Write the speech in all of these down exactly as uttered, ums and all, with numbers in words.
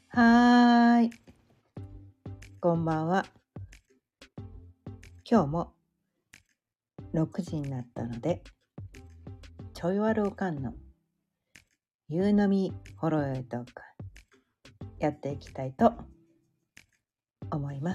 はーい、こんばんは。今日もろくじになったので、ちょいわるおかんの夕飲みほろよいトークやっていきたいと思います。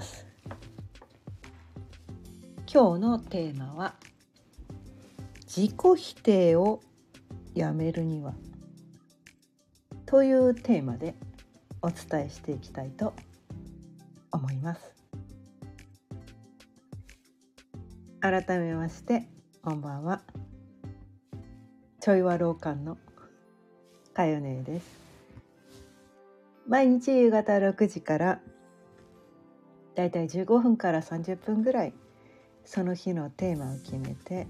今日のテーマは、自己否定をやめるにはというテーマでお伝えしていきたいと思います。改めましてこんばんは。ちょいわるおかんのかよねです。毎日夕方ろくじからだいたいじゅうごふんからさんじゅっぷんぐらい、その日のテーマを決めて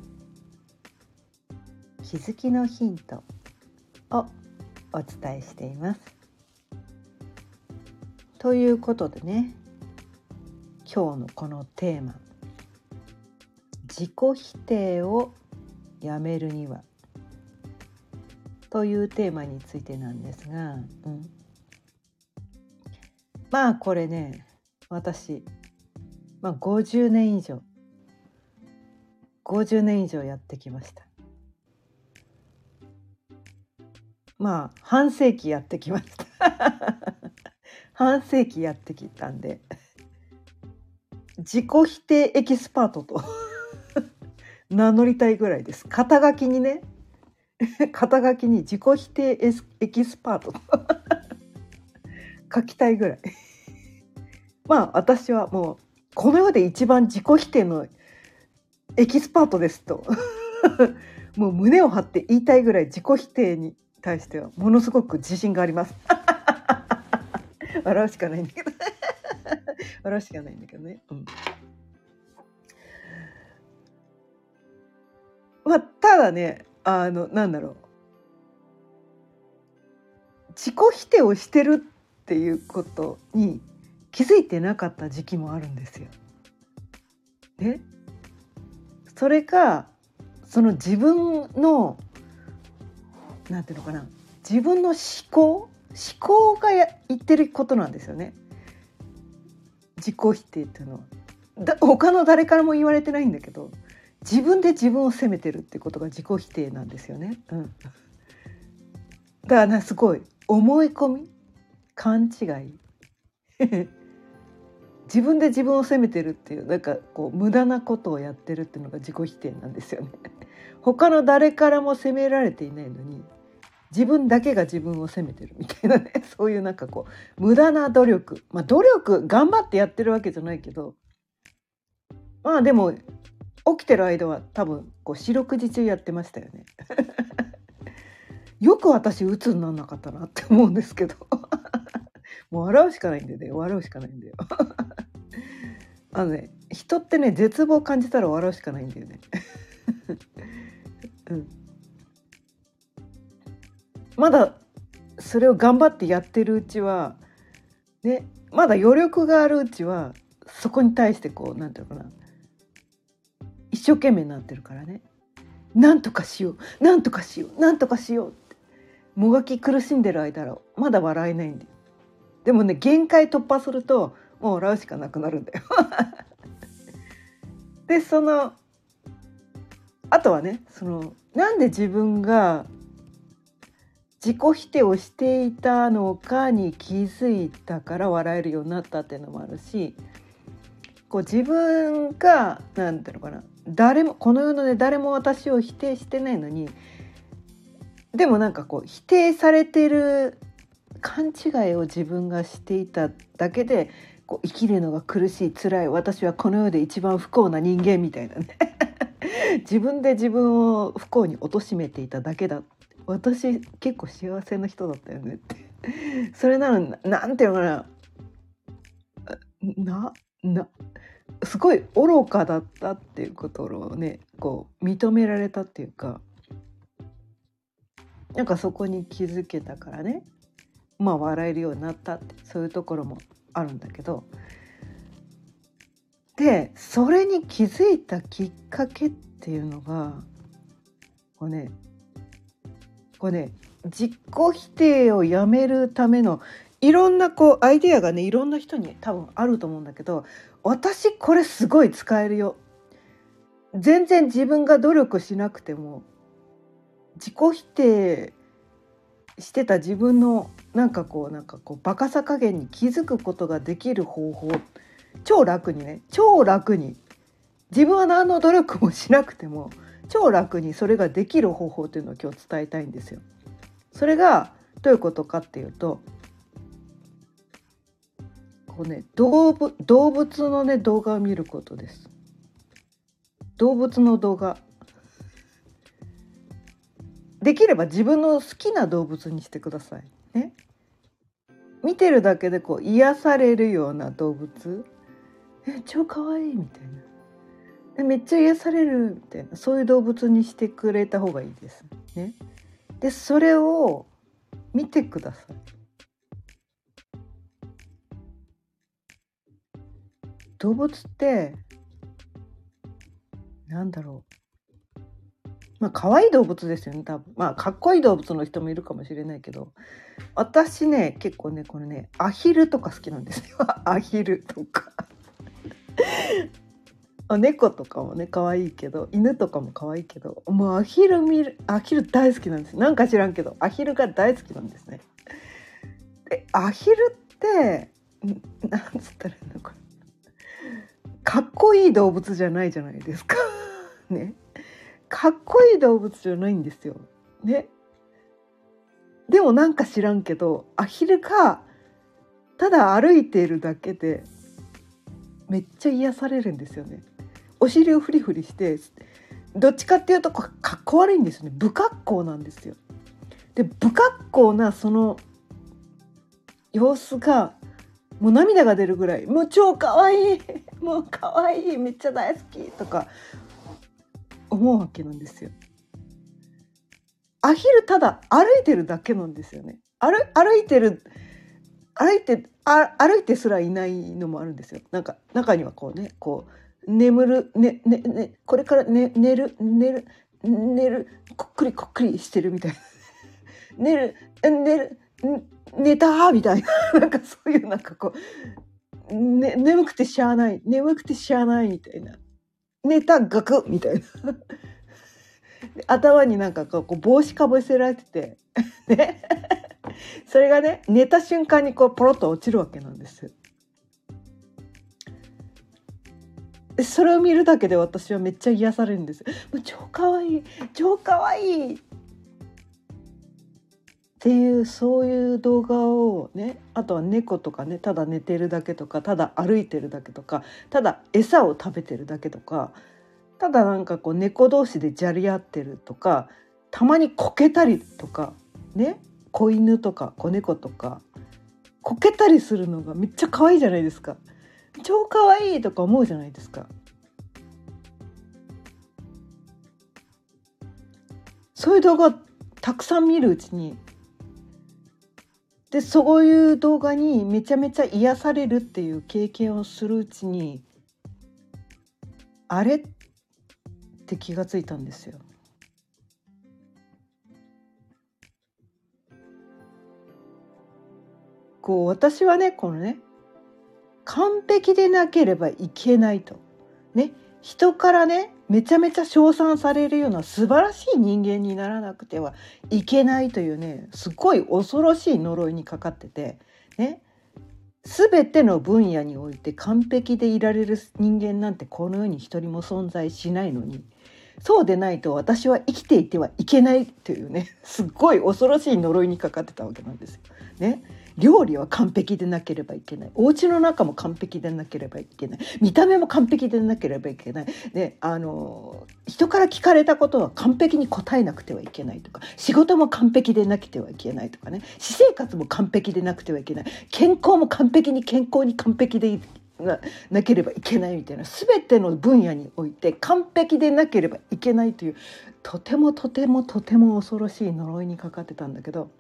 気づきのヒントをお伝えしています。ということでね、今日のこのテーマ、自己否定をやめるにはというテーマについてなんですが、うん、まあこれね、私、まあ、ごじゅうねん以上ごじゅうねん以上やってきました。まあ半世紀やってきました半世紀やってきたんで、自己否定エキスパートと名乗りたいぐらいです。肩書きにね肩書きに自己否定エキスパートと書きたいぐらいまあ私はもうこの世で一番自己否定のエキスパートですともう胸を張って言いたいぐらい自己否定に対してはものすごく自信があります笑うしかないんだけど笑うしかないんだけどね、うん、まあただね、あのなんだろう、自己否定をしてるっていうことに気づいてなかった時期もあるんですよ。で、それかその自分のなんていうのかな、自分の思考思考が言ってることなんですよね。自己否定っていうのはだ他の誰からも言われてないんだけど、自分で自分を責めてるってことが自己否定なんですよね、うん、だからな、すごい思い込み勘違い自分で自分を責めてるっていう、なんかこう無駄なことをやってるっていうのが自己否定なんですよね他の誰からも責められていないのに自分だけが自分を責めてるみたいなねそういうなんかこう無駄な努力、まあ努力頑張ってやってるわけじゃないけど、まあでも起きてる間は多分こう四六時中やってましたよねよく私鬱にならなかったなって思うんですけどもう笑うしかないんだよね、笑うしかないんだよあのね、人ってね、絶望を感じたら笑うしかないんだよね、うん、まだそれを頑張ってやってるうちはね、まだ余力があるうちはそこに対してこうなんていうのかな、一生懸命になってるからね、なんとかしようなんとかしようなんとかしようってもがき苦しんでる間はまだ笑えないんだよ。でもね、限界突破するともう笑うしかなくなるんだよで、そのあとはね、そのなんで自分が自己否定をしていたのかに気づいたから笑えるようになったっていうのもあるし、こう自分がなんていうのかな、誰もこの世のね誰も私を否定してないのに、でもなんかこう否定されてる勘違いを自分がしていただけで、こう生きるのが苦しい辛い、私はこの世で一番不幸な人間みたいなね自分で自分を不幸に貶めていただけだ、私結構幸せな人だったよねってそれなのになんていうのかな、ななすごい愚かだったっていうことをね、こう認められたっていうか、なんかそこに気づけたからね、まあ笑えるようになったって、そういうところもあるんだけど、でそれに気づいたきっかけっていうのがこうねこれね自己否定をやめるためのいろんなこうアイデアがねいろんな人に多分あると思うんだけど、私これすごい使えるよ、全然自分が努力しなくても自己否定してた自分のなんかこうなんかこうバカさ加減に気づくことができる方法、超楽にね超楽に、自分は何の努力もしなくても超楽にそれができる方法っていうのを今日伝えたいんですよ。それがどういうことかっていうと、こうね動物、動物のね動画を見ることです。動物の動画、できれば自分の好きな動物にしてくださいね。見てるだけでこう癒されるような動物、え超かわいいみたいな、えめっちゃ癒されるみたいな、そういう動物にしてくれた方がいいですね。でそれを見てください。動物ってなんだろう、まあ可愛い動物ですよね多分。まあかっこいい動物の人もいるかもしれないけど、私ね結構ねこれねアヒルとか好きなんですよアヒルとか猫とかもね可愛いけど、犬とかも可愛いけど、もうアヒル見る、アヒル大好きなんです。なんか知らんけどアヒルが大好きなんですね。でアヒルってなんつったらいいのかな、かっこいい動物じゃないじゃないですかね、かっこいい動物じゃないんですよね。でもなんか知らんけどアヒルがただ歩いているだけでめっちゃ癒されるんですよね。お尻をフリフリして、どっちかっていうとかっこ悪いんですよね。不格好なんですよ。で不格好なその様子がもう涙が出るぐらい、もう超かわいいもうかわいいめっちゃ大好きとか思うわけなんですよ。アヒルただ歩いてるだけなんですよね。歩歩いてる歩いてあ歩いてすらいないのもあるんですよ。なんか中にはこうねこう眠るねねねこれから、ね、寝る寝る寝るこっくりこっくりしてるみたいな寝る寝る寝たみたいななんかそういうなんかこう、ね、眠くてしゃあない眠くてしゃあないみたいな、寝たガクみたいな頭になんかこう帽子かぶせられててねそれがね寝た瞬間にこうポロッと落ちるわけなんです。それを見るだけで私はめっちゃ癒されるんです。もう超かわいい超かわいいっていう、そういう動画をね、あとは猫とかねただ寝てるだけとか、ただ歩いてるだけとか、ただ餌を食べてるだけとか、ただなんかこう猫同士でじゃり合ってるとか、たまにこけたりとかね、子犬とか子猫とかこけたりするのがめっちゃ可愛いじゃないですか。超可愛いとか思うじゃないですか。そういう動画をたくさん見るうちに、でそういう動画にめちゃめちゃ癒されるっていう経験をするうちに、あれって気がついたんですよ。こう私はねこのね完璧でなければいけないとね、人からねめちゃめちゃ称賛されるような素晴らしい人間にならなくてはいけないというね、すごい恐ろしい呪いにかかっててね、全ての分野において完璧でいられる人間なんてこの世に一人も存在しないのに、そうでないと私は生きていてはいけないというね、すっごい恐ろしい呪いにかかってたわけなんですよね。料理は完璧でなければいけない、お家の中も完璧でなければいけない、見た目も完璧でなければいけない、であの人から聞かれたことは完璧に答えなくてはいけないとか、仕事も完璧でなくてはいけないとかね、私生活も完璧でなくてはいけない、健康も完璧に健康に完璧でな, なければいけないみたいな、全ての分野において完璧でなければいけないという、とてもとてもとても恐ろしい呪いにかかってたんだけど、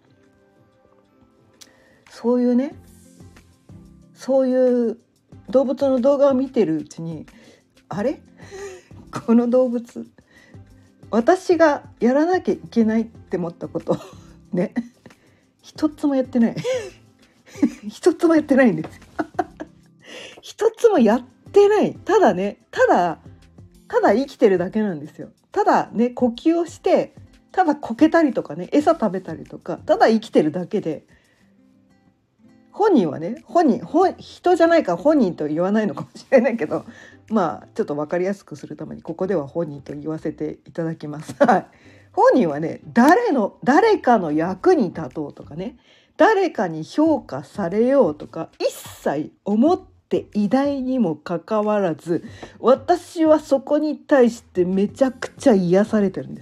そういうねそういう動物の動画を見てるうちに、あれこの動物私がやらなきゃいけないって思ったことね一つもやってない一つもやってないんですよ一つもやってない。ただね、ただただ生きてるだけなんですよ。ただね、呼吸をして、ただこけたりとかね、餌食べたりとか、ただ生きてるだけで、本人はね、本人本人じゃないから本人と言わないのかもしれないけど、まあちょっと分かりやすくするためにここでは本人と言わせていただきます。はい。本人はね、誰の誰かの役に立とうとかね、誰かに評価されようとか一切思っていないにもかかわらず、私はそこに対してめちゃくちゃ癒されてるんです。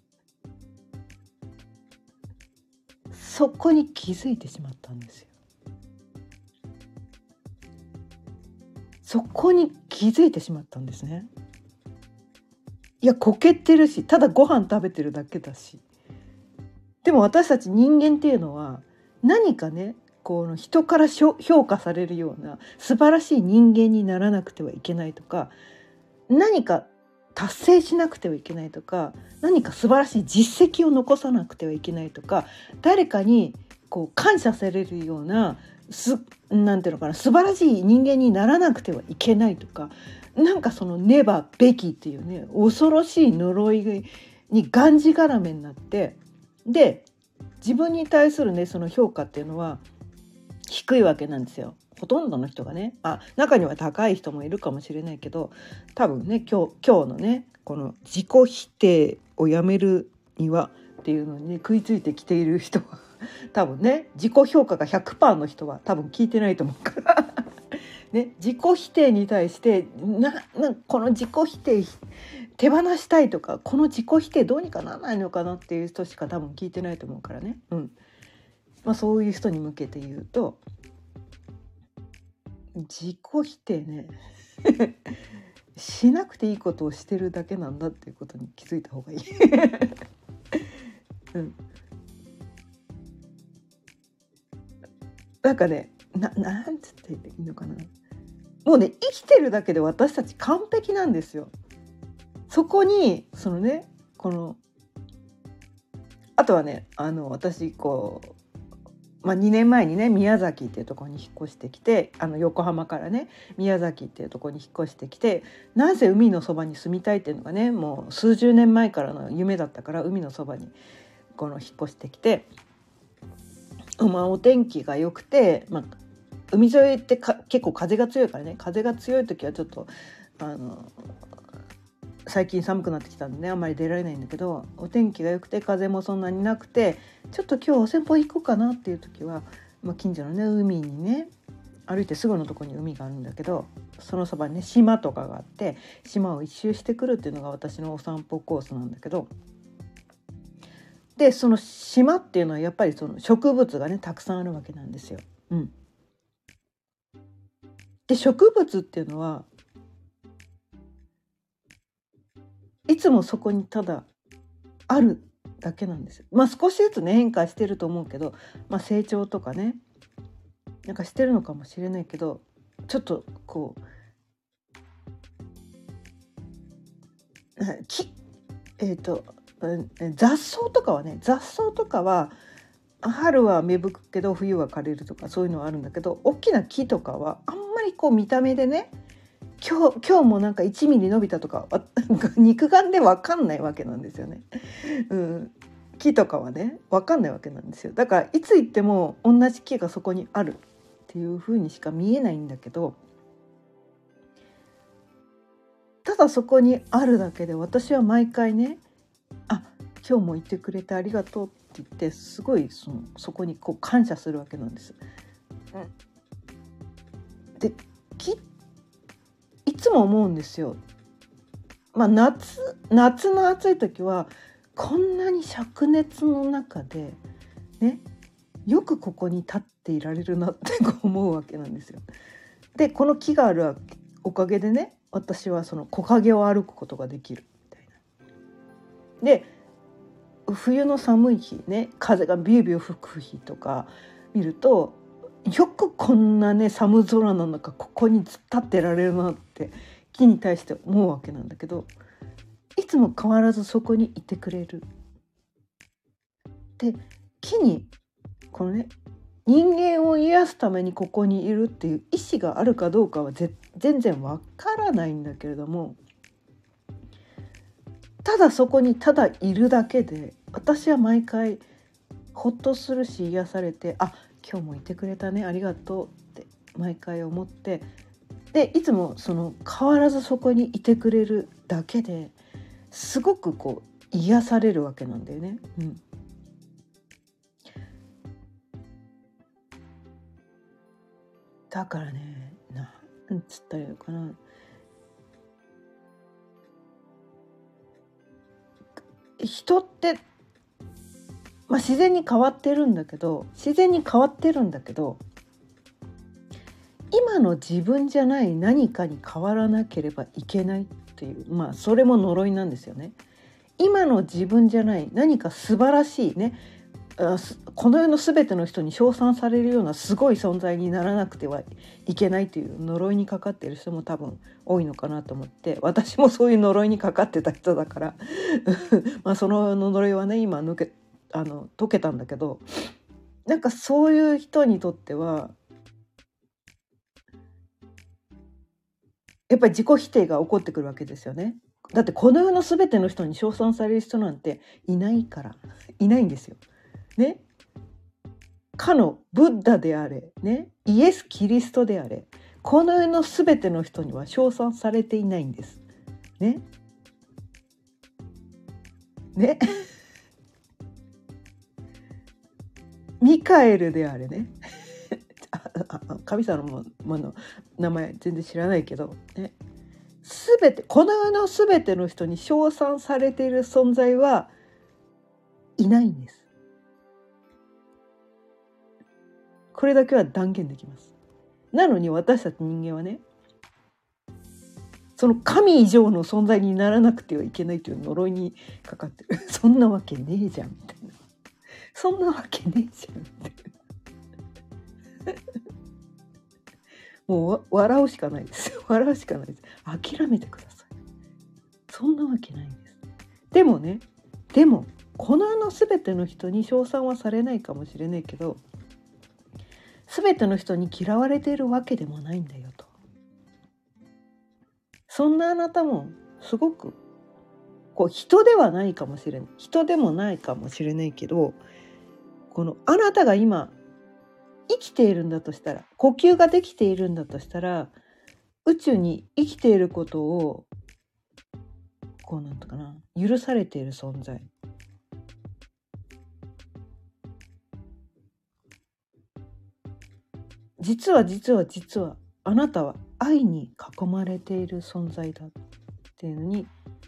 そこに気づいてしまったんですよ。そこに気づいてしまったんですね。いや、こけてるし、ただご飯食べてるだけだし。でも私たち人間っていうのは何かね、この人から評価されるような素晴らしい人間にならなくてはいけないとか、何か達成しなくてはいけないとか、何か素晴らしい実績を残さなくてはいけないとか、誰かにこう感謝されるようなすなんていうのかな、素晴らしい人間にならなくてはいけないとか、なんかそのねばべきっていうね、恐ろしい呪いにがんじがらめになって、で自分に対するねその評価っていうのは低いわけなんですよ。ほとんどの人がね、あ、中には高い人もいるかもしれないけど、多分ね今日今日のねこの自己否定をやめるにはっていうのに、ね、食いついてきている人は多分ね、自己評価が ひゃくパーセント の人は多分聞いてないと思うからね、自己否定に対してななこの自己否定手放したいとか、この自己否定どうにかならないのかなっていう人しか多分聞いてないと思うからね、うんまあ、そういう人に向けて言うと、自己否定ねしなくていいことをしてるだけなんだっていうことに気づいた方がいい、うん、なんかね、ななんつって言っていいのかな、もうね生きてるだけで私たち完璧なんですよ。そこにそのねこのあとはね、あの私こう、まあ、にねんまえにね宮崎っていうところに引っ越してきて、あの横浜からね宮崎っていうところに引っ越してきて、なぜ海のそばに住みたいっていうのがねもう数十年前からの夢だったから、海のそばにこの引っ越してきて、まあ、お天気が良くて、まあ、海沿いってか結構風が強いからね、風が強い時はちょっとあの最近寒くなってきたんでねあんまり出られないんだけど、お天気が良くて風もそんなになくて、ちょっと今日お散歩行こうかなっていう時は、まあ、近所のね海にね歩いてすぐのところに海があるんだけど、そのそばにね島とかがあって、島を一周してくるっていうのが私のお散歩コースなんだけど、でその島っていうのはやっぱりその植物がねたくさんあるわけなんですよ。うん、で植物っていうのはいつもそこにただあるだけなんですよ。まあ少しずつね変化してると思うけど、まあ、成長とかねなんかしてるのかもしれないけど、ちょっとこうきえっ、ー、と雑草とかはね雑草とかは春は芽吹くけど冬は枯れるとかそういうのはあるんだけど、大きな木とかはあんまりこう見た目でね、今日今日もなんかいちミリ伸びたとか肉眼で分かんないわけなんですよね。うん、木とかはね分かんないわけなんですよ。だからいつ行っても同じ木がそこにあるっていう風にしか見えないんだけど、ただそこにあるだけで私は毎回ね、あ、今日もいてくれてありがとうって言ってすごいそのそこにこう感謝するわけなんです。うん、で木いつも思うんですよ。まあ、夏夏の暑い時はこんなに灼熱の中でねよくここに立っていられるなって思うわけなんですよ。でこの木があるおかげでね私はその木陰を歩くことができるみたいな。で冬の寒い日ね風がビュービュー吹く日とか見ると、よくこんなね寒空の中ここに立ってられるなって木に対して思うわけなんだけど、いつも変わらずそこにいてくれる。で木にこのね人間を癒すためにここにいるっていう意思があるかどうかはぜ全然わからないんだけれども、ただそこにただいるだけで私は毎回ほっとするし癒されて、あ、今日もいてくれたね、ありがとうって毎回思って、でいつもその変わらずそこにいてくれるだけですごくこう癒されるわけなんだよね。うん、だからね、なんつったらいいのかな、人って、まあ、自然に変わってるんだけど自然に変わってるんだけど今の自分じゃない何かに変わらなければいけないっていう、まあそれも呪いなんですよね。今の自分じゃない何か素晴らしいね、あすこの世の全ての人に称賛されるようなすごい存在にならなくてはいけないという呪いにかかっている人も多分多いのかなと思って、私もそういう呪いにかかってた人だからまあその呪いはね今抜けあの解けたんだけど、なんかそういう人にとってはやっぱり自己否定が起こってくるわけですよね。だってこの世の全ての人に称賛される人なんていないからいないんですよ。ね、かのブッダであれ、ね、イエス・キリストであれ、この世の全ての人には称賛されていないんです。ね。ね。ミカエルであれね。神様のの名前全然知らないけど、ね、全てこの世の全ての人に称賛されている存在はいないんです。これだけは断言できます。なのに私たち人間はね、その神以上の存在にならなくてはいけないという呪いにかかってる。そんなわけねえじゃんみたいな。そんなわけねえじゃんみたいな。もう笑うしかないですよ。笑うしかないです。諦めてください。そんなわけないんです。でもね、でもこの世の全ての人に称賛はされないかもしれないけど、全ての人に嫌われているわけでもないんだよと。そんなあなたもすごくこう人ではないかもしれない人でもないかもしれないけど、このあなたが今生きているんだとしたら、呼吸ができているんだとしたら、宇宙に生きていることをこうなんとかな、許されている存在。実は実は実はあなたは愛に囲まれている存在だっていうのに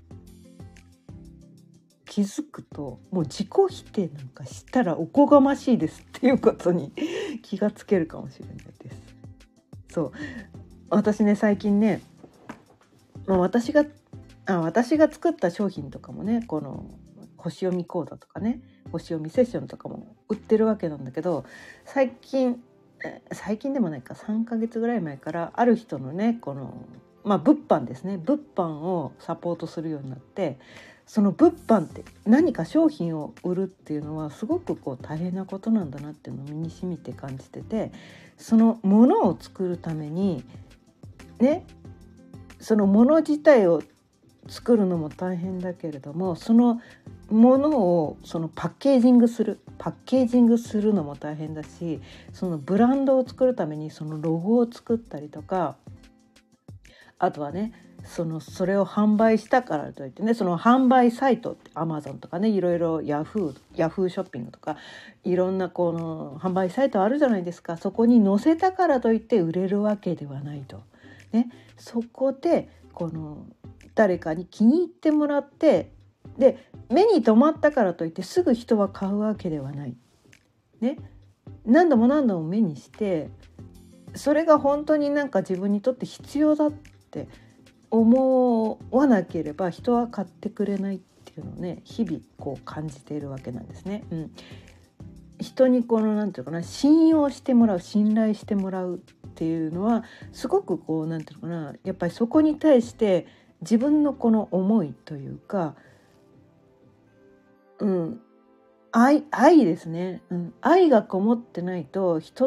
気づくと、もう自己否定なんかしたらおこがましいですっていうことに気がつけるかもしれないです。そう、私ね最近ね、まあ、私があ私が作った商品とかもね、この星読み講座とかね、星読みセッションとかも売ってるわけなんだけど、最近最近でもないかさんかげつぐらい前からある人のね、このまあ物販ですね、物販をサポートするようになって、その物販って何か商品を売るっていうのはすごくこう大変なことなんだなっていうのを身に染みて感じてて、そのものを作るためにね、そのもの自体を作るのも大変だけれども、そのものをそのパッケージングするパッケージングするのも大変だし、そのブランドを作るためにそのロゴを作ったりとか、あとはね、そのそれを販売したからといってね、その販売サイトって アマゾン とかね、いろいろヤフーヤフーショッピングとかいろんなこの販売サイトあるじゃないですか。そこに載せたからといって売れるわけではないと、ね、そこでこの誰かに気に入ってもらって、で目に留まったからといってすぐ人は買うわけではない、ね、何度も何度も目にして、それが本当になんか自分にとって必要だって思わなければ人は買ってくれないっていうのをね、日々こう感じているわけなんですね。うん、人にこのなんていうかな、信用してもらう、信頼してもらうっていうのはすごくこうなんていうかな、やっぱりそこに対して自分のこの思いというか、うん、 愛愛ですね、うん、愛がこもってないと人って、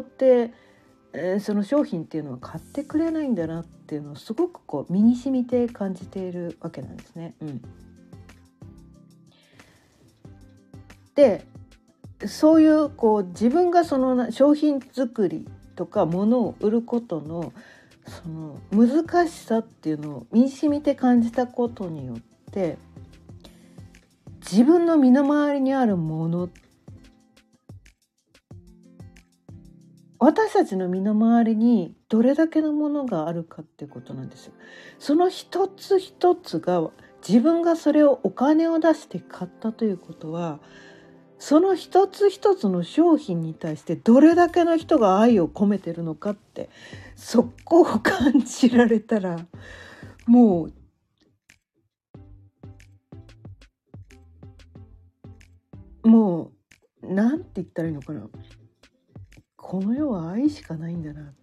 えー、その商品っていうのは買ってくれないんだなっていうのをすごくこう身に染みて感じているわけなんですね。うん、でそういうこう自分がその商品作りとか物を売ることのその難しさっていうのを身に染みて感じたことによって自分の身の回りにあるもの、私たちの身の回りにどれだけのものがあるかっていうことなんですよ。その一つ一つが自分がそれをお金を出して買ったということはその一つ一つの商品に対してどれだけの人が愛を込めてるのかってそこを感じられたらもうもうなんて言ったらいいのかな、この世は愛しかないんだな。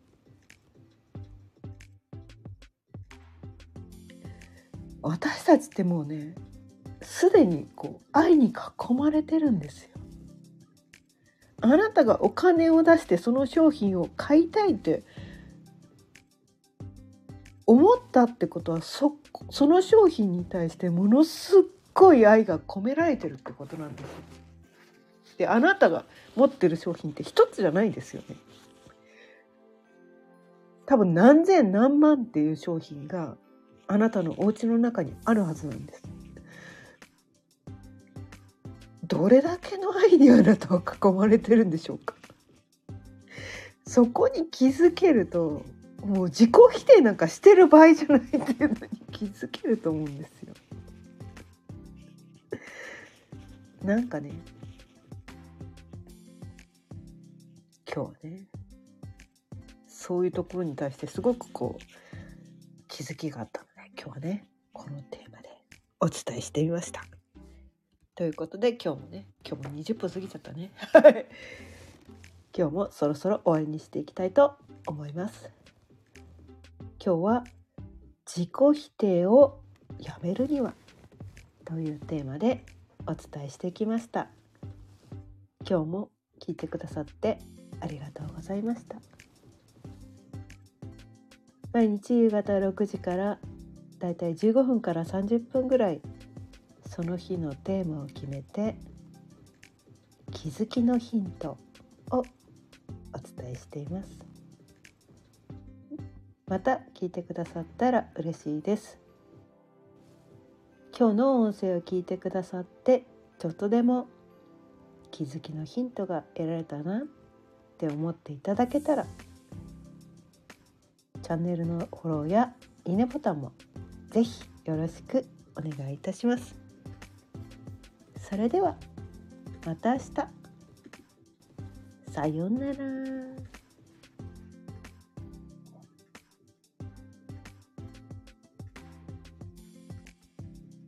私たちってもうねすでにこう愛に囲まれてるんですよ。あなたがお金を出してその商品を買いたいって思ったってことは そ, その商品に対してものすっごい愛が込められてるってことなんですよ。であなたが持ってる商品って一つじゃないですよね。多分何千何万っていう商品があなたのお家の中にあるはずなんです。どれだけの愛にあなたは囲まれてるんでしょうか。そこに気づけるともう自己否定なんかしてる場合じゃないっていうのに気づけると思うんですよ。なんかね今日はねそういうところに対してすごくこう気づきがあったので今日はねこのテーマでお伝えしてみました。ということで今日もね今日もにじゅっぷん過ぎちゃったね今日もそろそろ終わりにしていきたいと思います。今日は自己否定をやめるにはというテーマでお伝えしてきました。今日も聞いてくださってありがとうございました。毎日夕方ろくじからだいたいじゅうごふんからさんじゅっぷんぐらいその日のテーマを決めて気づきのヒントをお伝えしています。また聞いてくださったら嬉しいです。今日の音声を聞いてくださってちょっとでも気づきのヒントが得られたなって思っていただけたらチャンネルのフォローやいいねボタンもぜひよろしくお願いいたします。それではまた明日。さようなら。